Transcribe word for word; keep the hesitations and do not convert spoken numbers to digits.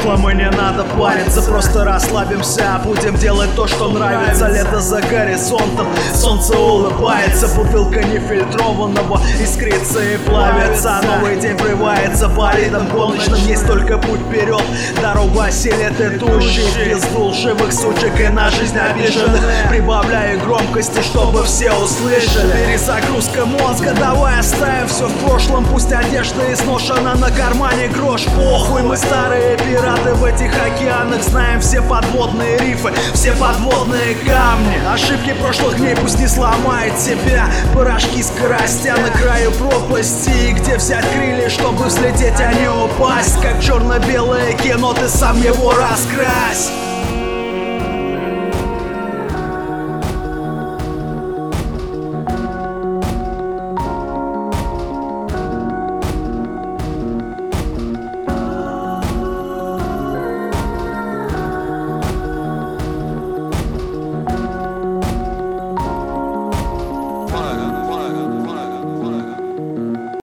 прошлом и не надо париться. Просто расслабимся, будем делать то, что нравится. Лето за горизонтом, солнце улыбается. Бутылка нефильтрованного искрится и плавится. Новый день врывается болидом гоночным. Есть только путь вперед, дорогу осилит идущий. Пизду лживых сучек и на жизнь обиженных. Прибавляю громкости, чтобы все услышали. Перезагрузка мозга, давай оставим все в прошлом. Пусть одежда изношена, на кармане грош. Похуй, мы старые пираты в этих океанах. Знаем все подводные рифы, все подводные камни. Ошибки прошлых дней пусть не сломает тебя. Порошки скоростя на краю пропасти. Где взять крылья, чтобы взлететь, а не упасть? Как черно-белое кино, ты сам его раскрась.